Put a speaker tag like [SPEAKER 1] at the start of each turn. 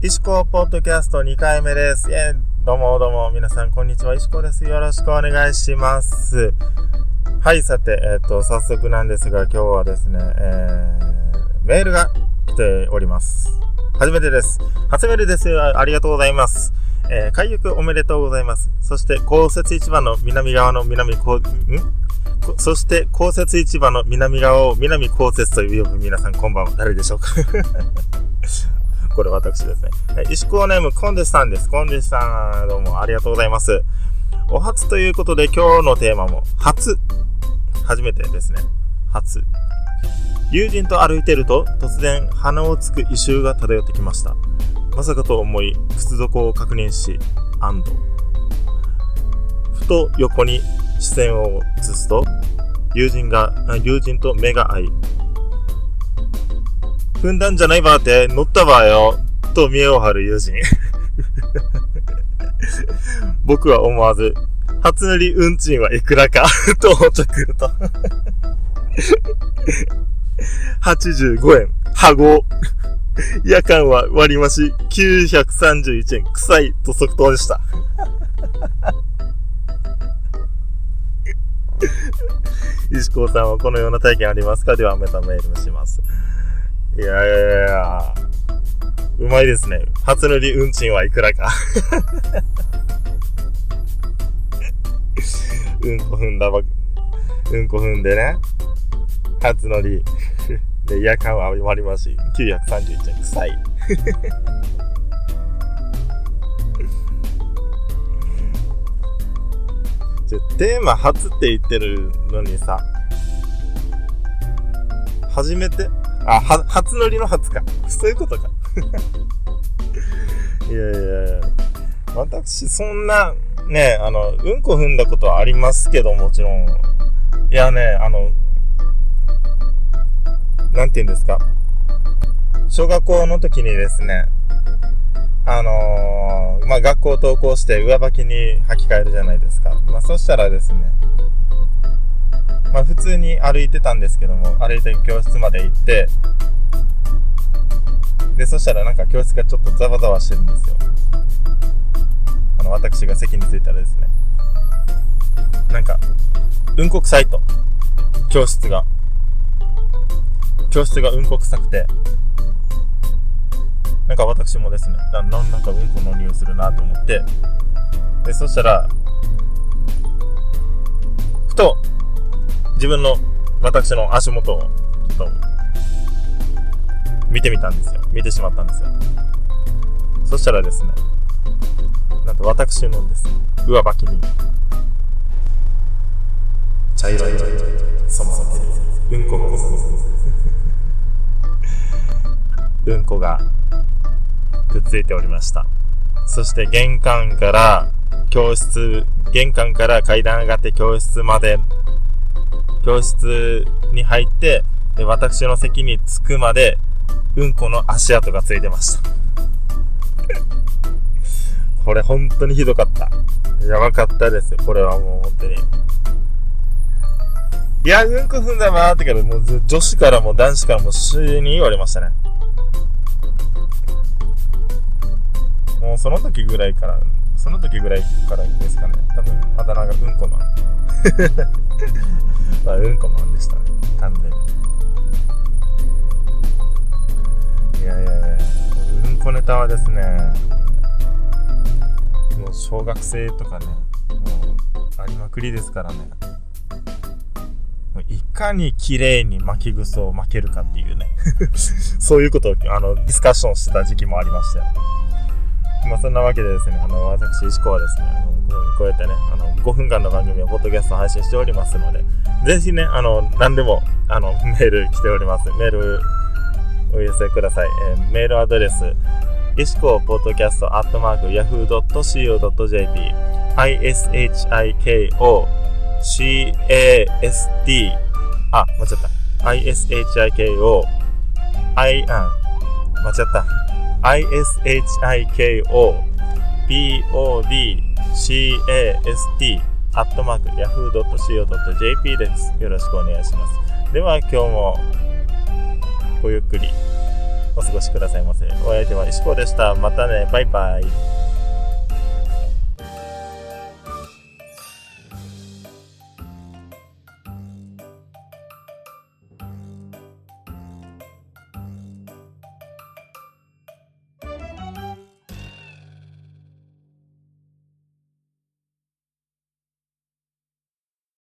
[SPEAKER 1] 石子ポッドキャスト2回目です。どうも皆さんこんにちは、石子です。よろしくお願いします。はい、さて、早速なんですが、今日はですね、メールが来ております。初めてです。初メールです。ありがとうございます。開局おめでとうございます。そして、公設市場の南側のそして公設市場の南側を南公設と呼ぶ皆さん、こんばんは。誰でしょうかこれ私ですね。石工ネームコンデスさんです。コンデスさん、どうもありがとうございます。お初ということで、今日のテーマも初めてですね。初。友人と歩いていると突然鼻をつく異臭が漂ってきました。まさかと思い靴底を確認し安堵。ふと横に視線を移すと友人と目が合い、踏んだんじゃないばって乗ったばよと見栄を張る友人僕は思わず初乗り運賃はいくらかとおちょくると85円羽合夜間は割増し931円臭いと即答でした石子さんはこのような体験ありますか？ではまたメールします。いやうまいですね。初乗り運賃はいくらかうんこ踏んでね、初乗りで夜間は割り増し931円臭いテーマ初って言ってるのにさ、初めて初乗りの初か。そういうことか。いや。私、そんな、ね、うんこ踏んだことはありますけど、もちろん。いやね、なんて言うんですか。小学校の時にですね、学校登校して上履きに履き替えるじゃないですか。そしたらですね、普通に歩いてたんですけども、歩いて教室まで行って、で、そしたらなんか教室がちょっとざわざわしてるんですよ。私が席に着いたらですね、なんか、うんこ臭いと。教室がうんこ臭くて、なんか私もですね、なんかうんこの匂いするなと思って、で、そしたら、ふと、私の足元を、ちょっと、見てしまったんですよ。そしたらですね、なんと私のですね、上履きに、茶色い染まってる、うんこがくっついておりました。そして玄関から階段上がって教室に入って、で私の席に着くまでうんこの足跡がついてましたこれ本当にひどかった。やばかったですよ。これはもう本当に、いや、うんこ踏んだなーってけど、もう女子からも男子からも周囲に言われましたね。もうその時ぐらいからですかね。多分あだ名がうんこマンうんこマンでしたね、完全に。いやうんこネタはですね、もう小学生とかね、もうありまくりですからね。いかに綺麗に巻き草を巻けるかっていうねそういうことをディスカッションしてた時期もありましたよ。そんなわけでですね、私石子はですね、こうやってね、5分間の番組をポッドキャスト配信しておりますので、ぜひね、何でもメール来ております。メールお寄せください。メールアドレス、石子ポッドキャスト@yahoo.co.jp ishiko CAST 間違った ISHIKO PODCAST@yahoo.co.jp です。よろしくお願いします。では今日もごゆっくりお過ごしくださいませ。お相手は石子でした。またね。バイバイ。